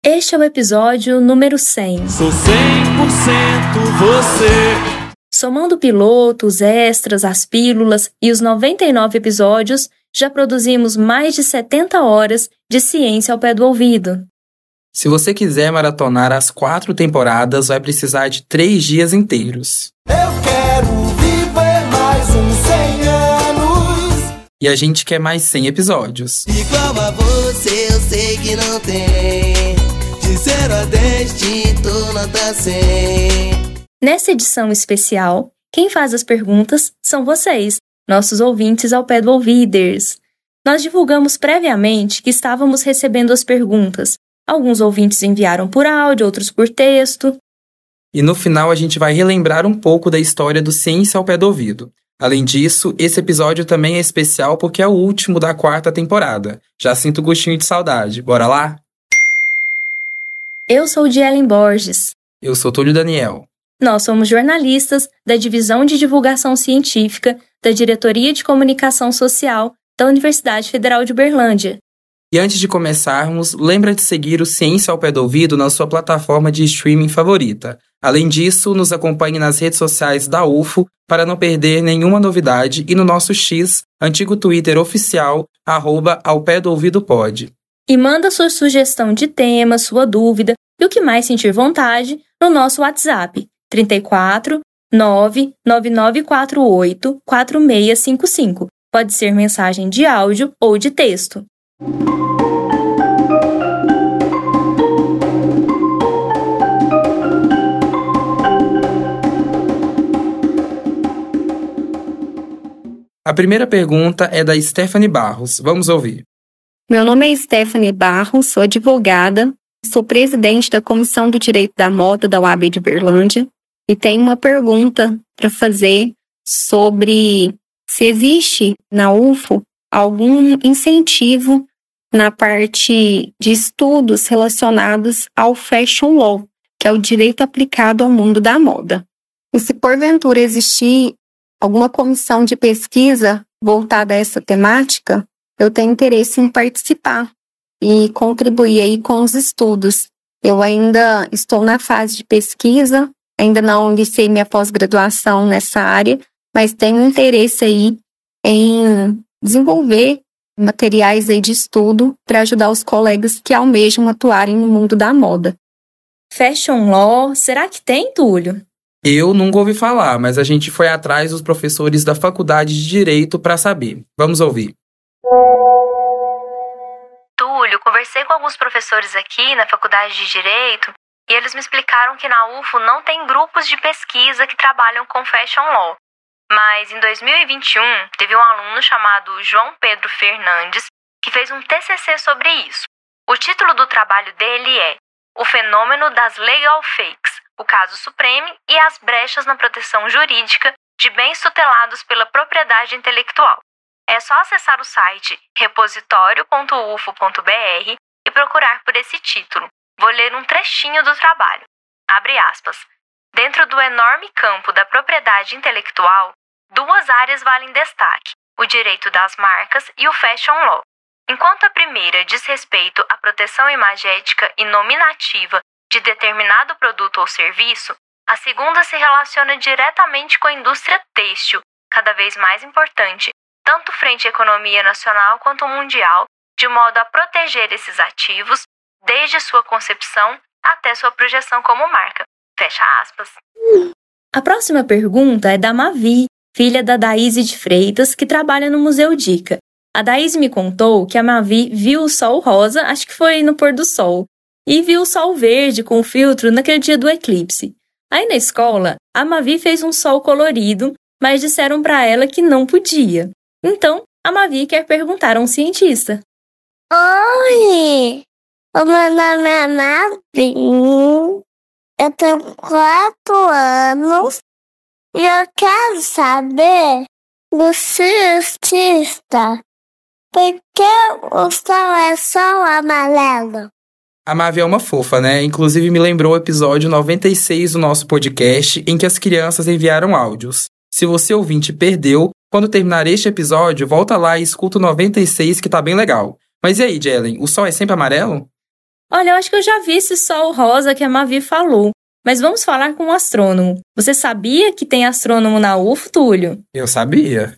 Este é o episódio número 100. Sou 100% você. Somando pilotos, extras, as pílulas e os 99 episódios, já produzimos mais de 70 horas de ciência ao pé do ouvido. Se você quiser maratonar as 4 temporadas, vai precisar de 3 dias inteiros. Eu quero viver mais uns 100 anos. E a gente quer mais 100 episódios. Igual a você, eu sei que não tem. De 0 a 10, tu nota 100. Nessa edição especial, quem faz as perguntas são vocês, nossos ouvintes ao pé do ouviders. Nós divulgamos previamente que estávamos recebendo as perguntas. Alguns ouvintes enviaram por áudio, outros por texto. E no final a gente vai relembrar um pouco da história do Ciência ao Pé do Ouvido. Além disso, esse episódio também é especial porque é o último da 4ª temporada. Já sinto gostinho de saudade. Bora lá? Eu sou Dielen Borges. Eu sou Túlio Daniel. Nós somos jornalistas da Divisão de Divulgação Científica da Diretoria de Comunicação Social da Universidade Federal de Uberlândia. E antes de começarmos, lembra de seguir o Ciência ao Pé do Ouvido na sua plataforma de streaming favorita. Além disso, nos acompanhe nas redes sociais da UFO para não perder nenhuma novidade e no nosso X, antigo Twitter oficial, @aopédoouvidopod. E manda sua sugestão de tema, sua dúvida e o que mais sentir vontade no nosso WhatsApp 34 99948 4655. Pode ser mensagem de áudio ou de texto. A primeira pergunta é da Stephanie Barros. Vamos ouvir. Meu nome é Stephanie Barros, sou advogada, sou presidente da Comissão do Direito da Moda da UAB de Uberlândia e tenho uma pergunta para fazer sobre se existe na UFO algum incentivo na parte de estudos relacionados ao Fashion Law, que é o direito aplicado ao mundo da moda. E se porventura existir alguma comissão de pesquisa voltada a essa temática, eu tenho interesse em participar e contribuir aí com os estudos. Eu ainda estou na fase de pesquisa, ainda não iniciei minha pós-graduação nessa área, mas tenho interesse aí em desenvolver materiais aí de estudo para ajudar os colegas que almejam atuarem no mundo da moda. Fashion Law, será que tem, Túlio? Eu nunca ouvi falar, mas a gente foi atrás dos professores da Faculdade de Direito para saber. Vamos ouvir. Túlio, conversei com alguns professores aqui na Faculdade de Direito e eles me explicaram que na UFO não tem grupos de pesquisa que trabalham com Fashion Law. Mas em 2021 teve um aluno chamado João Pedro Fernandes que fez um TCC sobre isso. O título do trabalho dele é O Fenômeno das Legal Fakes, o caso Supreme e as brechas na proteção jurídica de bens tutelados pela propriedade intelectual. É só acessar o site repositório.ufo.br e procurar por esse título. Vou ler um trechinho do trabalho. Abre aspas. Dentro do enorme campo da propriedade intelectual, 2 áreas valem destaque, o direito das marcas e o Fashion Law. Enquanto a primeira diz respeito à proteção imagética e nominativa de determinado produto ou serviço, a segunda se relaciona diretamente com a indústria têxtil, cada vez mais importante, tanto frente à economia nacional quanto mundial, de modo a proteger esses ativos, desde sua concepção até sua projeção como marca. Fecha aspas. A próxima pergunta é da Mavi, filha da Daíse de Freitas, que trabalha no Museu Dica. A Daíse me contou que a Mavi viu o sol rosa, acho que foi no pôr do sol, e viu o sol verde com filtro naquele dia do eclipse. Aí na escola, a Mavi fez um sol colorido, mas disseram para ela que não podia. Então, a Mavi quer perguntar a um cientista. Oi, o meu nome é Mavi, eu tenho 4 anos e eu quero saber do cientista por que o sol é sol amarelo. A Mavi é uma fofa, né? Inclusive me lembrou o episódio 96 do nosso podcast, em que as crianças enviaram áudios. Se você ouvinte perdeu, quando terminar este episódio, volta lá e escuta o 96 que tá bem legal. Mas e aí, Jelen, o sol é sempre amarelo? Olha, eu acho que eu já vi esse sol rosa que a Mavi falou, mas vamos falar com um astrônomo. Você sabia que tem astrônomo na UFO, Túlio? Eu sabia.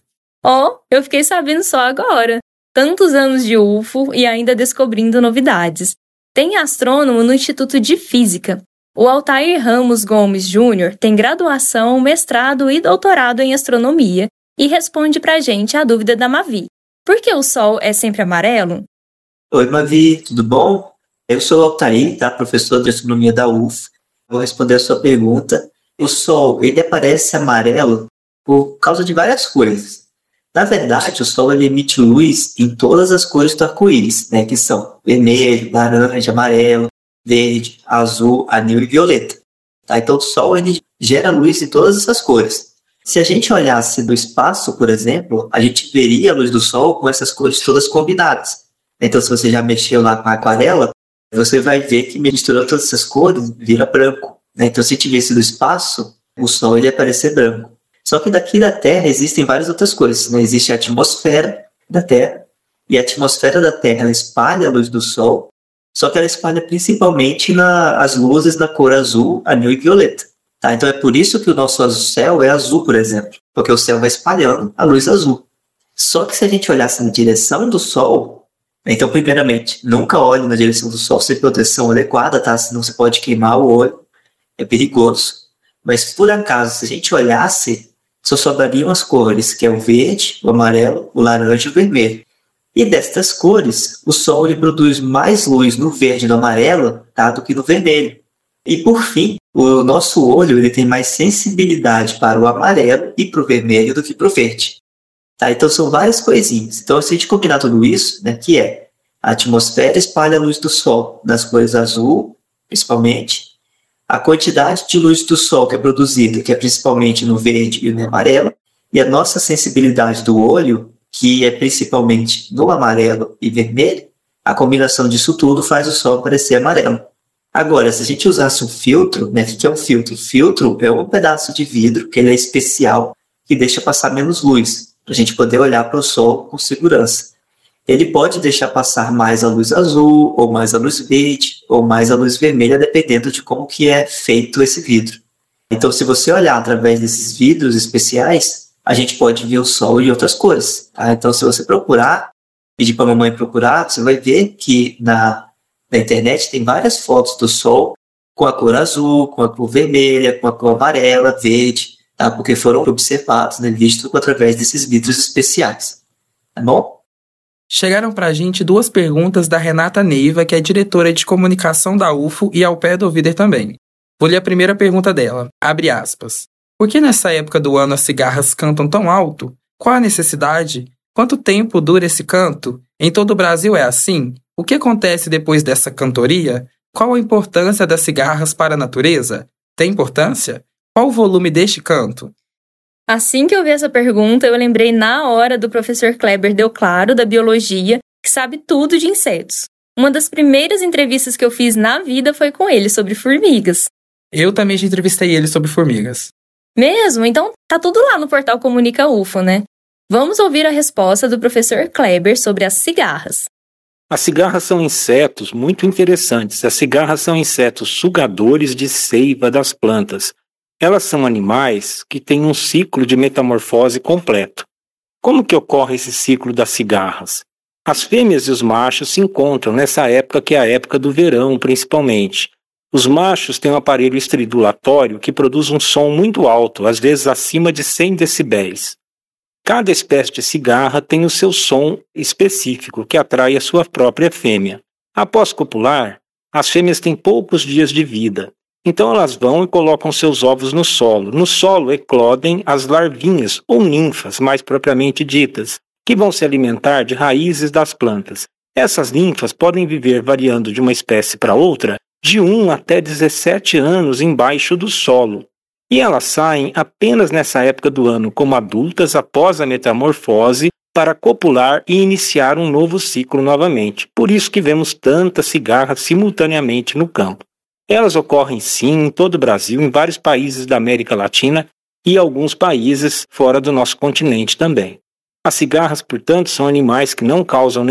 Eu fiquei sabendo só agora. Tantos anos de UFO e ainda descobrindo novidades. Tem astrônomo no Instituto de Física. O Altair Ramos Gomes Júnior tem graduação, mestrado e doutorado em astronomia e responde pra gente a dúvida da Mavi. Por que o Sol é sempre amarelo? Oi, Mavi, tudo bom? Eu sou o Altair, professor de astronomia da UF. Vou responder a sua pergunta. O Sol, ele aparece amarelo por causa de várias coisas. Na verdade, o Sol ele emite luz em todas as cores do arco-íris, né, que são vermelho, laranja, amarelo, verde, azul, anil e violeta. Então, o Sol ele gera luz em todas essas cores. Se a gente olhasse do espaço, por exemplo, a gente veria a luz do Sol com essas cores todas combinadas. Então, se você já mexeu lá com a aquarela, você vai ver que misturando todas essas cores, vira branco. Então, se tivesse do espaço, o Sol ele ia aparecer branco. Só que daqui da Terra existem várias outras coisas. Né? Existe a atmosfera da Terra, e a atmosfera da Terra ela espalha a luz do Sol, só que ela espalha principalmente as luzes da cor azul, anil e violeta. Então é por isso que o nosso céu é azul, por exemplo, porque o céu vai espalhando a luz azul. Só que se a gente olhasse na direção do Sol, então primeiramente, nunca olhe na direção do Sol sem proteção adequada, senão você pode queimar o olho, é perigoso. Mas por acaso, se a gente olhasse, só sobrariam as cores, que é o verde, o amarelo, o laranja e o vermelho. E destas cores, o Sol ele produz mais luz no verde e no amarelo do que no vermelho. E por fim, o nosso olho ele tem mais sensibilidade para o amarelo e para o vermelho do que para o verde. Então são várias coisinhas. Então se a gente combinar tudo isso, né, que é a atmosfera espalha a luz do Sol nas cores azul, principalmente, a quantidade de luz do Sol que é produzida, que é principalmente no verde e no amarelo, e a nossa sensibilidade do olho, que é principalmente no amarelo e vermelho, a combinação disso tudo faz o Sol parecer amarelo. Agora, se a gente usasse um filtro, né, o que é um filtro? O filtro é um pedaço de vidro, que ele é especial, que deixa passar menos luz, para a gente poder olhar para o Sol com segurança. Ele pode deixar passar mais a luz azul, ou mais a luz verde, ou mais a luz vermelha, dependendo de como que é feito esse vidro. Então, se você olhar através desses vidros especiais, a gente pode ver o Sol em outras cores. Então, se você procurar, pedir para a mamãe procurar, você vai ver que na internet tem várias fotos do Sol com a cor azul, com a cor vermelha, com a cor amarela, verde, porque foram observados, né, vistos através desses vidros especiais. Tá bom? Chegaram pra gente 2 perguntas da Renata Neiva, que é diretora de comunicação da UFO e ao pé do ouvido também. Vou ler a primeira pergunta dela, abre aspas. Por que nessa época do ano as cigarras cantam tão alto? Qual a necessidade? Quanto tempo dura esse canto? Em todo o Brasil é assim? O que acontece depois dessa cantoria? Qual a importância das cigarras para a natureza? Tem importância? Qual o volume deste canto? Assim que eu vi essa pergunta, eu lembrei na hora do professor Kleber Delclaro, da Biologia, que sabe tudo de insetos. Uma das primeiras entrevistas que eu fiz na vida foi com ele, sobre formigas. Eu também já entrevistei ele sobre formigas. Mesmo? Então tá tudo lá no portal Comunica UFO, né? Vamos ouvir a resposta do professor Kleber sobre as cigarras. As cigarras são insetos muito interessantes. As cigarras são insetos sugadores de seiva das plantas. Elas são animais que têm um ciclo de metamorfose completo. Como que ocorre esse ciclo das cigarras? As fêmeas e os machos se encontram nessa época que é a época do verão, principalmente. Os machos têm um aparelho estridulatório que produz um som muito alto, às vezes acima de 100 decibéis. Cada espécie de cigarra tem o seu som específico, que atrai a sua própria fêmea. Após copular, as fêmeas têm poucos dias de vida. Então elas vão e colocam seus ovos no solo. No solo eclodem as larvinhas, ou ninfas, mais propriamente ditas, que vão se alimentar de raízes das plantas. Essas ninfas podem viver variando de uma espécie para outra, de 1 até 17 anos embaixo do solo. E elas saem apenas nessa época do ano como adultas após a metamorfose para copular e iniciar um novo ciclo novamente. Por isso que vemos tantas cigarras simultaneamente no campo. Elas ocorrem sim em todo o Brasil, em vários países da América Latina e alguns países fora do nosso continente também. As cigarras, portanto, são animais que não causam nenhum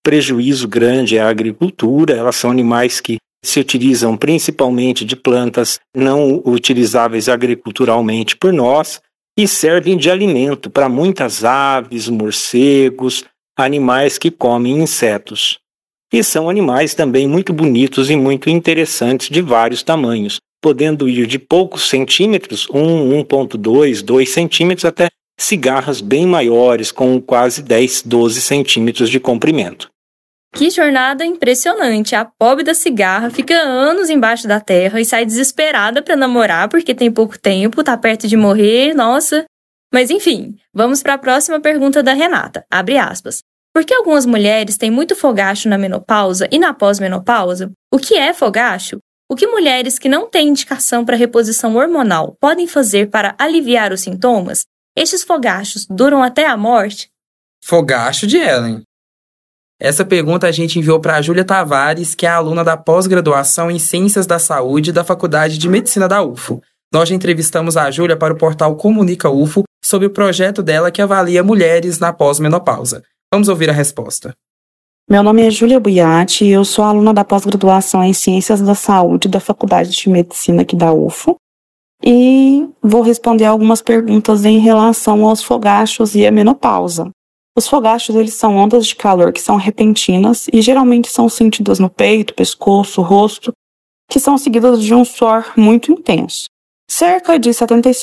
prejuízo grande à agricultura. Elas são animais que se utilizam principalmente de plantas não utilizáveis agriculturalmente por nós e servem de alimento para muitas aves, morcegos, animais que comem insetos. E são animais também muito bonitos e muito interessantes de vários tamanhos, podendo ir de poucos centímetros, 1,2, 2 centímetros, até cigarras bem maiores, com quase 10, 12 centímetros de comprimento. Que jornada impressionante! A pobre da cigarra fica anos embaixo da terra e sai desesperada para namorar porque tem pouco tempo, tá perto de morrer, nossa. Mas enfim, vamos para a próxima pergunta da Renata. Abre aspas. Por que algumas mulheres têm muito fogacho na menopausa e na pós-menopausa? O que é fogacho? O que mulheres que não têm indicação para reposição hormonal podem fazer para aliviar os sintomas? Estes fogachos duram até a morte? Fogacho de Ellen. Essa pergunta a gente enviou para a Júlia Tavares, que é aluna da pós-graduação em Ciências da Saúde da Faculdade de Medicina da UFO. Nós já entrevistamos a Júlia para o portal Comunica UFO sobre o projeto dela que avalia mulheres na pós-menopausa. Vamos ouvir a resposta. Meu nome é Júlia Buiati e eu sou aluna da pós-graduação em Ciências da Saúde da Faculdade de Medicina aqui da UFO e vou responder algumas perguntas em relação aos fogachos e a menopausa. Os fogachos, eles são ondas de calor que são repentinas e geralmente são sentidas no peito, pescoço, rosto, que são seguidas de um suor muito intenso. Cerca de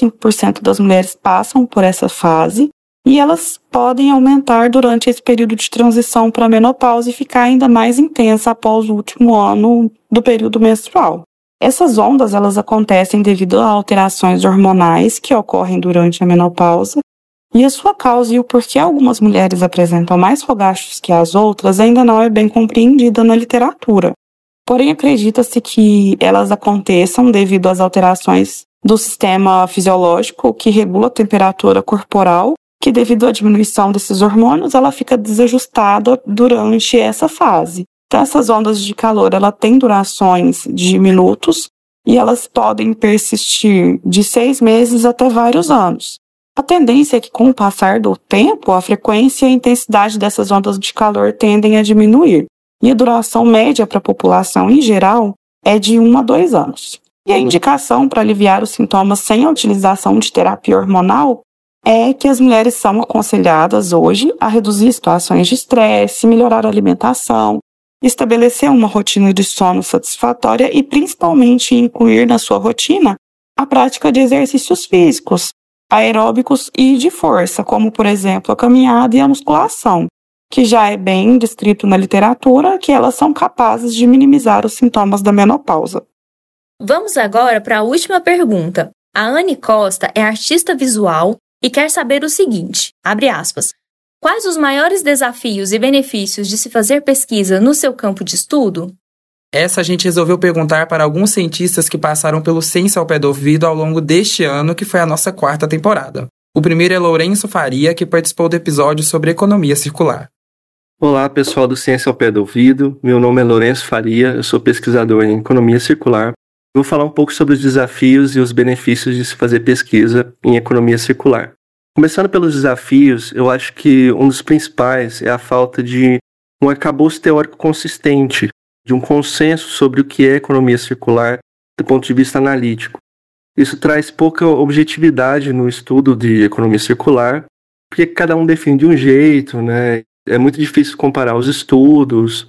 75% das mulheres passam por essa fase e elas podem aumentar durante esse período de transição para a menopausa e ficar ainda mais intensa após o último ano do período menstrual. Essas ondas, elas acontecem devido a alterações hormonais que ocorrem durante a menopausa. E a sua causa e o porquê algumas mulheres apresentam mais fogachos que as outras ainda não é bem compreendida na literatura. Porém, acredita-se que elas aconteçam devido às alterações do sistema fisiológico que regula a temperatura corporal, que devido à diminuição desses hormônios, ela fica desajustada durante essa fase. Então, essas ondas de calor, ela tem durações de minutos e elas podem persistir de 6 meses até vários anos. A tendência é que, com o passar do tempo, a frequência e a intensidade dessas ondas de calor tendem a diminuir. E a duração média para a população em geral é de 1 a 2 anos. E a indicação para aliviar os sintomas sem a utilização de terapia hormonal é que as mulheres são aconselhadas hoje a reduzir situações de estresse, melhorar a alimentação, estabelecer uma rotina de sono satisfatória e principalmente incluir na sua rotina a prática de exercícios físicos, aeróbicos e de força, como, por exemplo, a caminhada e a musculação, que já é bem descrito na literatura que elas são capazes de minimizar os sintomas da menopausa. Vamos agora para a última pergunta. A Anne Costa é artista visual e quer saber o seguinte, abre aspas, quais os maiores desafios e benefícios de se fazer pesquisa no seu campo de estudo? Essa a gente resolveu perguntar para alguns cientistas que passaram pelo Ciência ao Pé do Ouvido ao longo deste ano, que foi a nossa 4ª temporada. O primeiro é Lourenço Faria, que participou do episódio sobre economia circular. Olá, pessoal do Ciência ao Pé do Ouvido. Meu nome é Lourenço Faria, eu sou pesquisador em economia circular. Vou falar um pouco sobre os desafios e os benefícios de se fazer pesquisa em economia circular. Começando pelos desafios, eu acho que um dos principais é a falta de um arcabouço teórico consistente, de um consenso sobre o que é economia circular do ponto de vista analítico. Isso traz pouca objetividade no estudo de economia circular, porque cada um define de um jeito, né? É muito difícil comparar os estudos.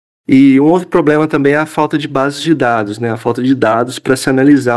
E um outro problema também é a falta de bases de dados, né? A falta de dados para se analisar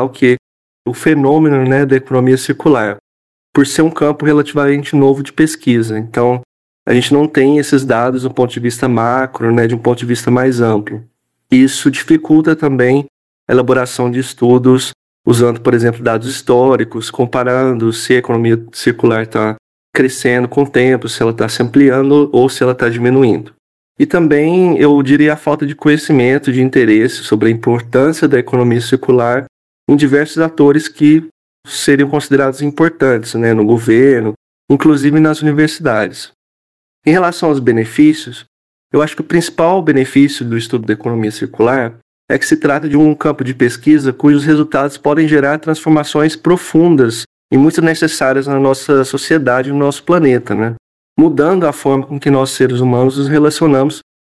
o fenômeno, né, da economia circular, por ser um campo relativamente novo de pesquisa. Então, a gente não tem esses dados do ponto de vista macro, né, de um ponto de vista mais amplo. Isso dificulta também a elaboração de estudos usando, por exemplo, dados históricos, comparando se a economia circular está crescendo com o tempo, se ela está se ampliando ou se ela está diminuindo. E também, eu diria, a falta de conhecimento, de interesse sobre a importância da economia circular em diversos atores que seriam considerados importantes, né, no governo, inclusive nas universidades. Em relação aos benefícios, eu acho que o principal benefício do estudo da economia circular é que se trata de um campo de pesquisa cujos resultados podem gerar transformações profundas e muito necessárias na nossa sociedade e no nosso planeta, né? Mudando a forma com que nós, seres humanos, nos relacionamos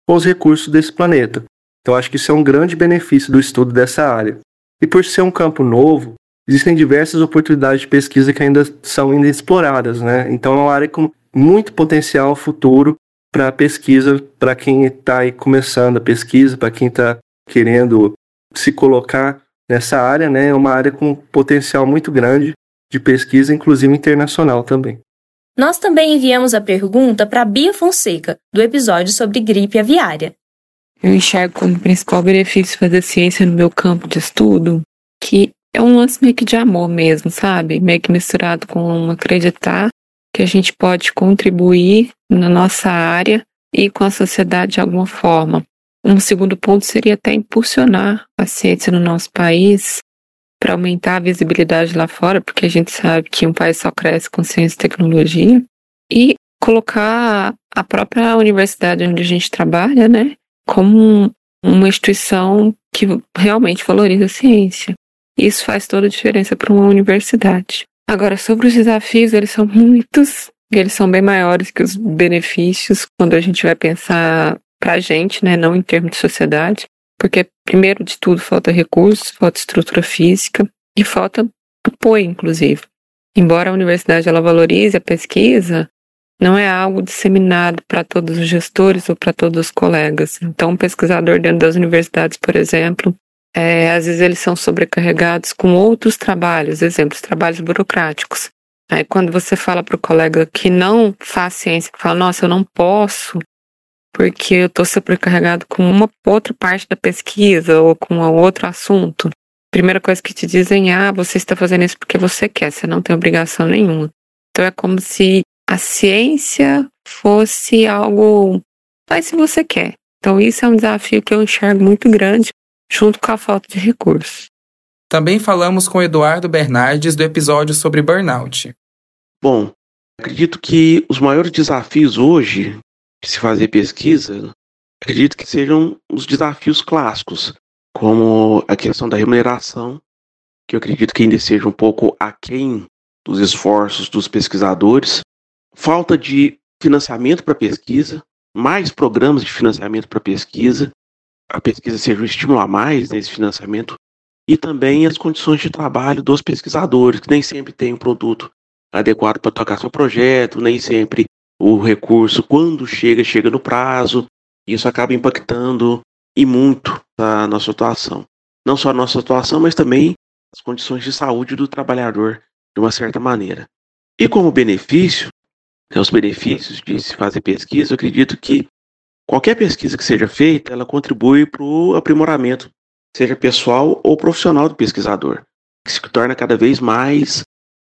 com os recursos desse planeta. Então, acho que isso é um grande benefício do estudo dessa área. E por ser um campo novo, existem diversas oportunidades de pesquisa que ainda são inexploradas, né? Então, é uma área com muito potencial futuro para pesquisa, para quem está aí começando a pesquisa, para quem está querendo se colocar nessa área, né? É uma área com potencial muito grande de pesquisa, inclusive internacional também. Nós também enviamos a pergunta para Bia Fonseca, do episódio sobre gripe aviária. Eu enxergo como principal benefício fazer ciência no meu campo de estudo, que é um lance meio que de amor mesmo, sabe? Meio que misturado com acreditar que a gente pode contribuir na nossa área e com a sociedade de alguma forma. Um segundo ponto seria até impulsionar a ciência no nosso país para aumentar a visibilidade lá fora, porque a gente sabe que um país só cresce com ciência e tecnologia, e colocar a própria universidade onde a gente trabalha, né, como uma instituição que realmente valoriza a ciência. Isso faz toda a diferença para uma universidade. Agora, sobre os desafios, eles são muitos, e eles são bem maiores que os benefícios quando a gente vai pensar para a gente, né, não em termos de sociedade, porque, primeiro de tudo, falta recursos, falta estrutura física e falta apoio, inclusive. Embora a universidade ela valorize a pesquisa, não é algo disseminado para todos os gestores ou para todos os colegas. Então, um pesquisador dentro das universidades, por exemplo, às vezes eles são sobrecarregados com outros trabalhos, exemplos, trabalhos burocráticos. Aí, quando você fala para o colega que não faz ciência, que fala, nossa, eu não posso, porque eu estou sobrecarregado com uma outra parte da pesquisa ou com outro assunto. Primeira coisa que te dizem, você está fazendo isso porque você quer, você não tem obrigação nenhuma. Então é como se a ciência fosse algo, faz se você quer. Então isso é um desafio que eu enxergo muito grande, junto com a falta de recursos. Também falamos com Eduardo Bernardes do episódio sobre burnout. Bom, acredito que os maiores desafios hoje de se fazer pesquisa, acredito que sejam os desafios clássicos, como a questão da remuneração, que eu acredito que ainda seja um pouco aquém dos esforços dos pesquisadores, falta de financiamento para pesquisa, mais programas de financiamento para pesquisa, a pesquisa seja um estímulo a mais nesse financiamento, e também as condições de trabalho dos pesquisadores, que nem sempre tem um produto adequado para tocar seu projeto, nem sempre o recurso, quando chega no prazo. Isso acaba impactando e muito a nossa atuação. Não só a nossa atuação, mas também as condições de saúde do trabalhador, de uma certa maneira. E como benefício, os benefícios de se fazer pesquisa, eu acredito que qualquer pesquisa que seja feita, ela contribui para o aprimoramento, seja pessoal ou profissional do pesquisador, que se torna cada vez mais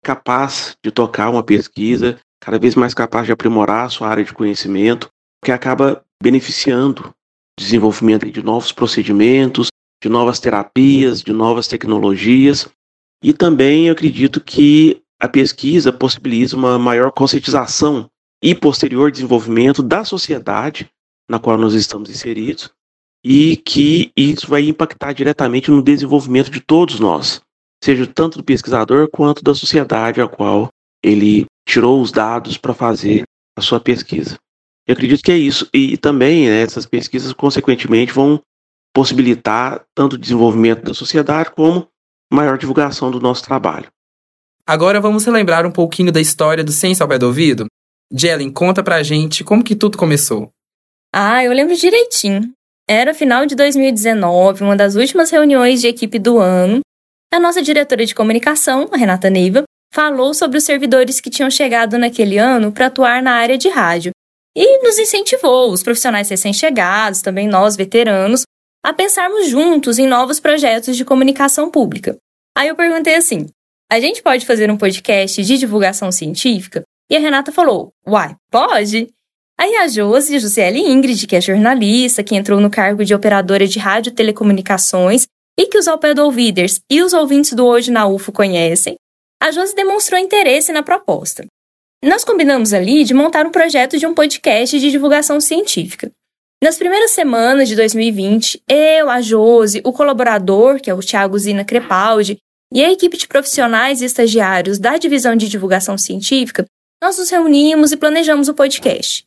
capaz de tocar uma pesquisa, cada vez mais capaz de aprimorar a sua área de conhecimento, que acaba beneficiando o desenvolvimento de novos procedimentos, de novas terapias, de novas tecnologias. E também eu acredito que a pesquisa possibilita uma maior conscientização e posterior desenvolvimento da sociedade na qual nós estamos inseridos, e que isso vai impactar diretamente no desenvolvimento de todos nós, seja tanto do pesquisador quanto da sociedade a qual ele tirou os dados para fazer a sua pesquisa. Eu acredito que é isso. E também essas pesquisas, consequentemente, vão possibilitar tanto o desenvolvimento da sociedade como maior divulgação do nosso trabalho. Agora vamos relembrar um pouquinho da história do Ciência ao Pé do Ouvido. Jelen, conta pra gente como que tudo começou. Eu lembro direitinho. Era final de 2019, uma das últimas reuniões de equipe do ano. A nossa diretora de comunicação, a Renata Neiva, falou sobre os servidores que tinham chegado naquele ano para atuar na área de rádio e nos incentivou, os profissionais recém-chegados, também nós, veteranos, a pensarmos juntos em novos projetos de comunicação pública. Aí eu perguntei assim, a gente pode fazer um podcast de divulgação científica? E a Renata falou, pode? Aí a Josiele Ingrid, que é jornalista, que entrou no cargo de operadora de rádio e telecomunicações e que os Ao Pé do Ouviders e os ouvintes do Hoje na UFO conhecem, a Josi demonstrou interesse na proposta. Nós combinamos ali de montar um projeto de um podcast de divulgação científica. Nas primeiras semanas de 2020, eu, a Josi, o colaborador, que é o Thiago Zina Crepaldi, e a equipe de profissionais e estagiários da divisão de divulgação científica, nós nos reunimos e planejamos o podcast.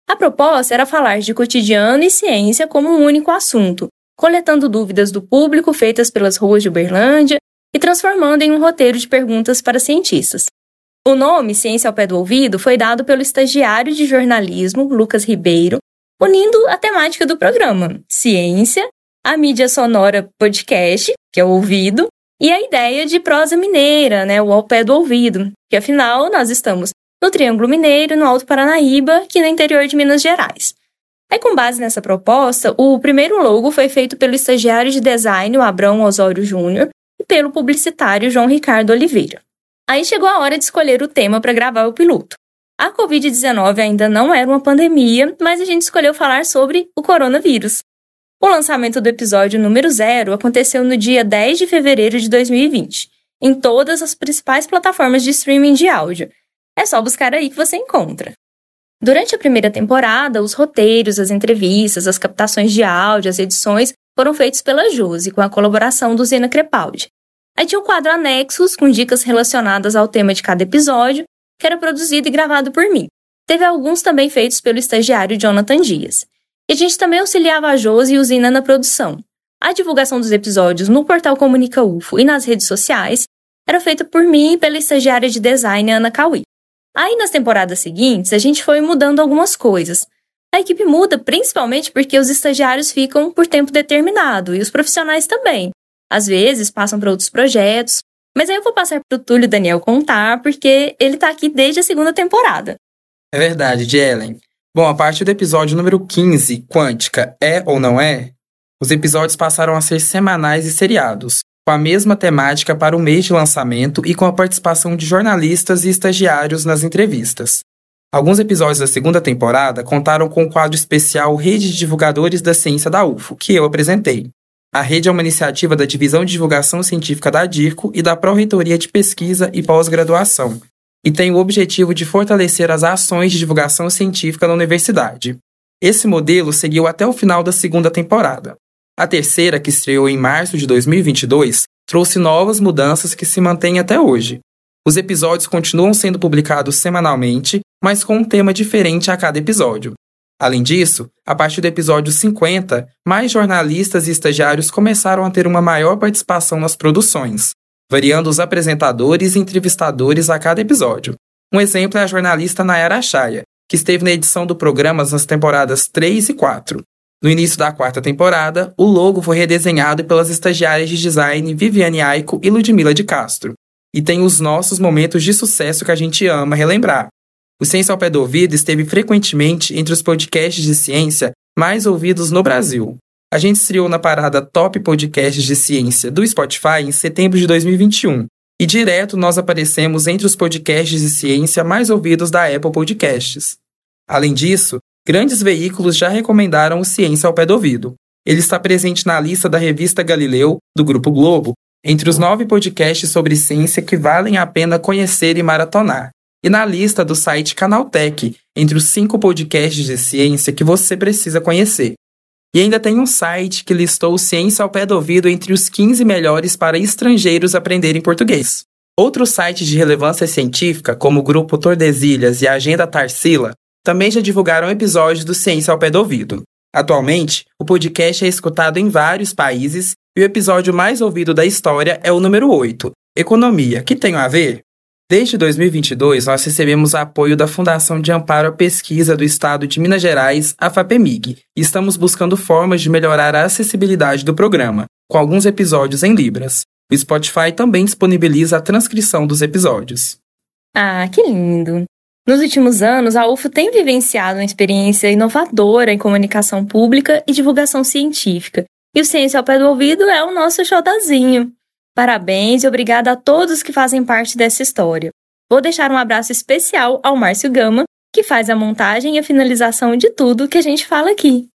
A proposta era falar de cotidiano e ciência como um único assunto, coletando dúvidas do público feitas pelas ruas de Uberlândia e transformando em um roteiro de perguntas para cientistas. O nome Ciência ao Pé do Ouvido foi dado pelo estagiário de jornalismo, Lucas Ribeiro, unindo a temática do programa, ciência, a mídia sonora podcast, que é o ouvido, e a ideia de prosa mineira, o ao pé do ouvido, que afinal nós estamos no Triângulo Mineiro, no Alto Paranaíba, que no interior de Minas Gerais. Aí, com base nessa proposta, o primeiro logo foi feito pelo estagiário de design, o Abrão Osório Júnior, e pelo publicitário João Ricardo Oliveira. Aí chegou a hora de escolher o tema para gravar o piloto. A Covid-19 ainda não era uma pandemia, mas a gente escolheu falar sobre o coronavírus. O lançamento do episódio número 0 aconteceu no dia 10 de fevereiro de 2020, em todas as principais plataformas de streaming de áudio. É só buscar aí que você encontra. Durante a primeira temporada, os roteiros, as entrevistas, as captações de áudio, as edições foram feitos pela Josi, com a colaboração do Zena Crepaldi. Aí tinha um quadro anexos com dicas relacionadas ao tema de cada episódio, que era produzido e gravado por mim. Teve alguns também feitos pelo estagiário Jonathan Dias. E a gente também auxiliava a Josi e o Zina na produção. A divulgação dos episódios no portal Comunica UFO e nas redes sociais era feita por mim e pela estagiária de design Ana Cauí. Aí nas temporadas seguintes a gente foi mudando algumas coisas. A equipe muda principalmente porque os estagiários ficam por tempo determinado e os profissionais também. Às vezes passam para outros projetos, mas aí eu vou passar para o Túlio Daniel contar porque ele está aqui desde a segunda temporada. É verdade, Jelen. Bom, a partir do episódio número 15, Quântica, é ou não é? Os episódios passaram a ser semanais e seriados, com a mesma temática para o mês de lançamento e com a participação de jornalistas e estagiários nas entrevistas. Alguns episódios da segunda temporada contaram com o quadro especial Rede de Divulgadores da Ciência da UFO, que eu apresentei. A rede é uma iniciativa da Divisão de Divulgação Científica da DIRCO e da Pró-Reitoria de Pesquisa e Pós-Graduação, e tem o objetivo de fortalecer as ações de divulgação científica na universidade. Esse modelo seguiu até o final da segunda temporada. A terceira, que estreou em março de 2022, trouxe novas mudanças que se mantêm até hoje. Os episódios continuam sendo publicados semanalmente, mas com um tema diferente a cada episódio. Além disso, a partir do episódio 50, mais jornalistas e estagiários começaram a ter uma maior participação nas produções, variando os apresentadores e entrevistadores a cada episódio. Um exemplo é a jornalista Nayara Chaya, que esteve na edição do programa nas temporadas 3 e 4. No início da quarta temporada, o logo foi redesenhado pelas estagiárias de design Viviane Aiko e Ludmila de Castro. E tem os nossos momentos de sucesso que a gente ama relembrar. O Ciência ao Pé do Ouvido esteve frequentemente entre os podcasts de ciência mais ouvidos no Brasil. A gente estreou na parada Top Podcasts de Ciência do Spotify em setembro de 2021. E direto nós aparecemos entre os podcasts de ciência mais ouvidos da Apple Podcasts. Além disso, grandes veículos já recomendaram o Ciência ao Pé do Ouvido. Ele está presente na lista da revista Galileu, do Grupo Globo, entre os 9 podcasts sobre ciência que valem a pena conhecer e maratonar. E na lista do site Canaltech, entre os 5 podcasts de ciência que você precisa conhecer. E ainda tem um site que listou Ciência ao Pé do Ouvido entre os 15 melhores para estrangeiros aprenderem português. Outros sites de relevância científica, como o Grupo Tordesilhas e a Agenda Tarsila, também já divulgaram episódios do Ciência ao Pé do Ouvido. Atualmente, o podcast é escutado em vários países e o episódio mais ouvido da história é o número 8, Economia, que tem a ver? Desde 2022, nós recebemos apoio da Fundação de Amparo à Pesquisa do Estado de Minas Gerais, a FAPEMIG, e estamos buscando formas de melhorar a acessibilidade do programa, com alguns episódios em Libras. O Spotify também disponibiliza a transcrição dos episódios. Ah, que lindo! Nos últimos anos, a UFO tem vivenciado uma experiência inovadora em comunicação pública e divulgação científica, e o Ciência ao Pé do Ouvido é o nosso xodozinho. Parabéns e obrigada a todos que fazem parte dessa história. Vou deixar um abraço especial ao Márcio Gama, que faz a montagem e a finalização de tudo que a gente fala aqui.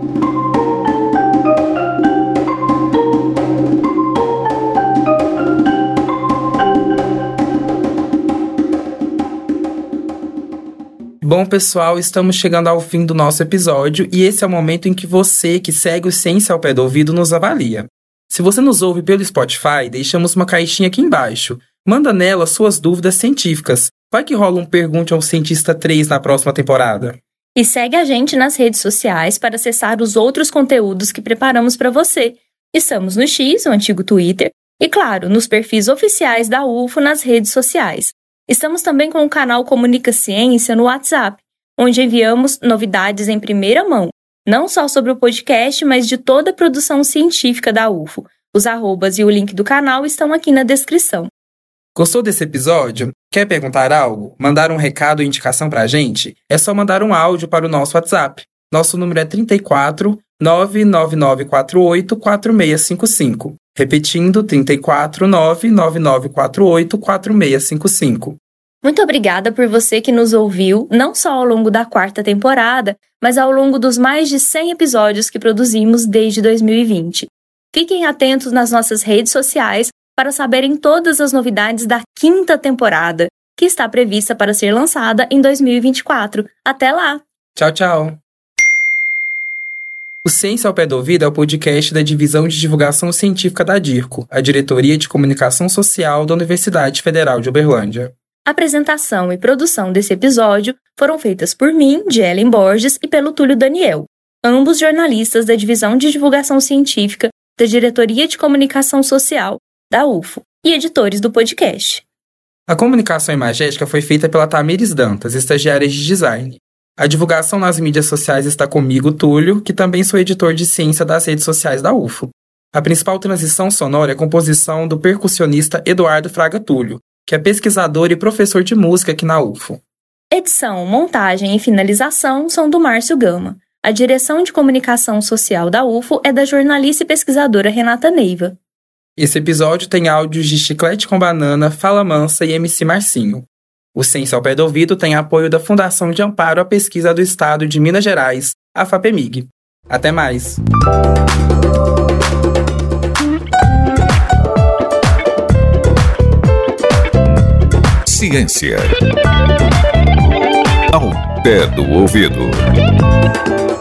Bom, pessoal, estamos chegando ao fim do nosso episódio e esse é o momento em que você, que segue o Ciência ao Pé do Ouvido, nos avalia. Se você nos ouve pelo Spotify, deixamos uma caixinha aqui embaixo. Manda nela suas dúvidas científicas. Vai que rola um Pergunte ao Cientista 3 na próxima temporada. E segue a gente nas redes sociais para acessar os outros conteúdos que preparamos para você. Estamos no X, o antigo Twitter, e claro, nos perfis oficiais da UFO nas redes sociais. Estamos também com o canal Comunica Ciência no WhatsApp, onde enviamos novidades em primeira mão, não só sobre o podcast, mas de toda a produção científica da UFO. Os arrobas e o link do canal estão aqui na descrição. Gostou desse episódio? Quer perguntar algo? Mandar um recado ou indicação pra gente? É só mandar um áudio para o nosso WhatsApp. Nosso número é 34 99948 4655. Repetindo, 34 99948 4655. Muito obrigada por você que nos ouviu, não só ao longo da 4ª temporada, mas ao longo dos mais de 100 episódios que produzimos desde 2020. Fiquem atentos nas nossas redes sociais para saberem todas as novidades da 5ª temporada, que está prevista para ser lançada em 2024. Até lá! Tchau, tchau! O Ciência ao Pé do Ouvido é o podcast da Divisão de Divulgação Científica da DIRCO, a Diretoria de Comunicação Social da Universidade Federal de Uberlândia. A apresentação e produção desse episódio foram feitas por mim, de Ellen Borges, e pelo Túlio Daniel, ambos jornalistas da Divisão de Divulgação Científica da Diretoria de Comunicação Social da UFO e editores do podcast. A comunicação imagética foi feita pela Tamires Dantas, estagiária de design. A divulgação nas mídias sociais está comigo, Túlio, que também sou editor de ciência das redes sociais da UFO. A principal transição sonora é a composição do percussionista Eduardo Fraga Túlio, que é pesquisador e professor de música aqui na UFO. Edição, montagem e finalização são do Márcio Gama. A direção de comunicação social da UFO é da jornalista e pesquisadora Renata Neiva. Esse episódio tem áudios de Chiclete com Banana, Fala Mansa e MC Marcinho. O Ciência ao Pé do Ouvido tem apoio da Fundação de Amparo à Pesquisa do Estado de Minas Gerais, a FAPEMIG. Até mais! Ciência ao Pé do Ouvido.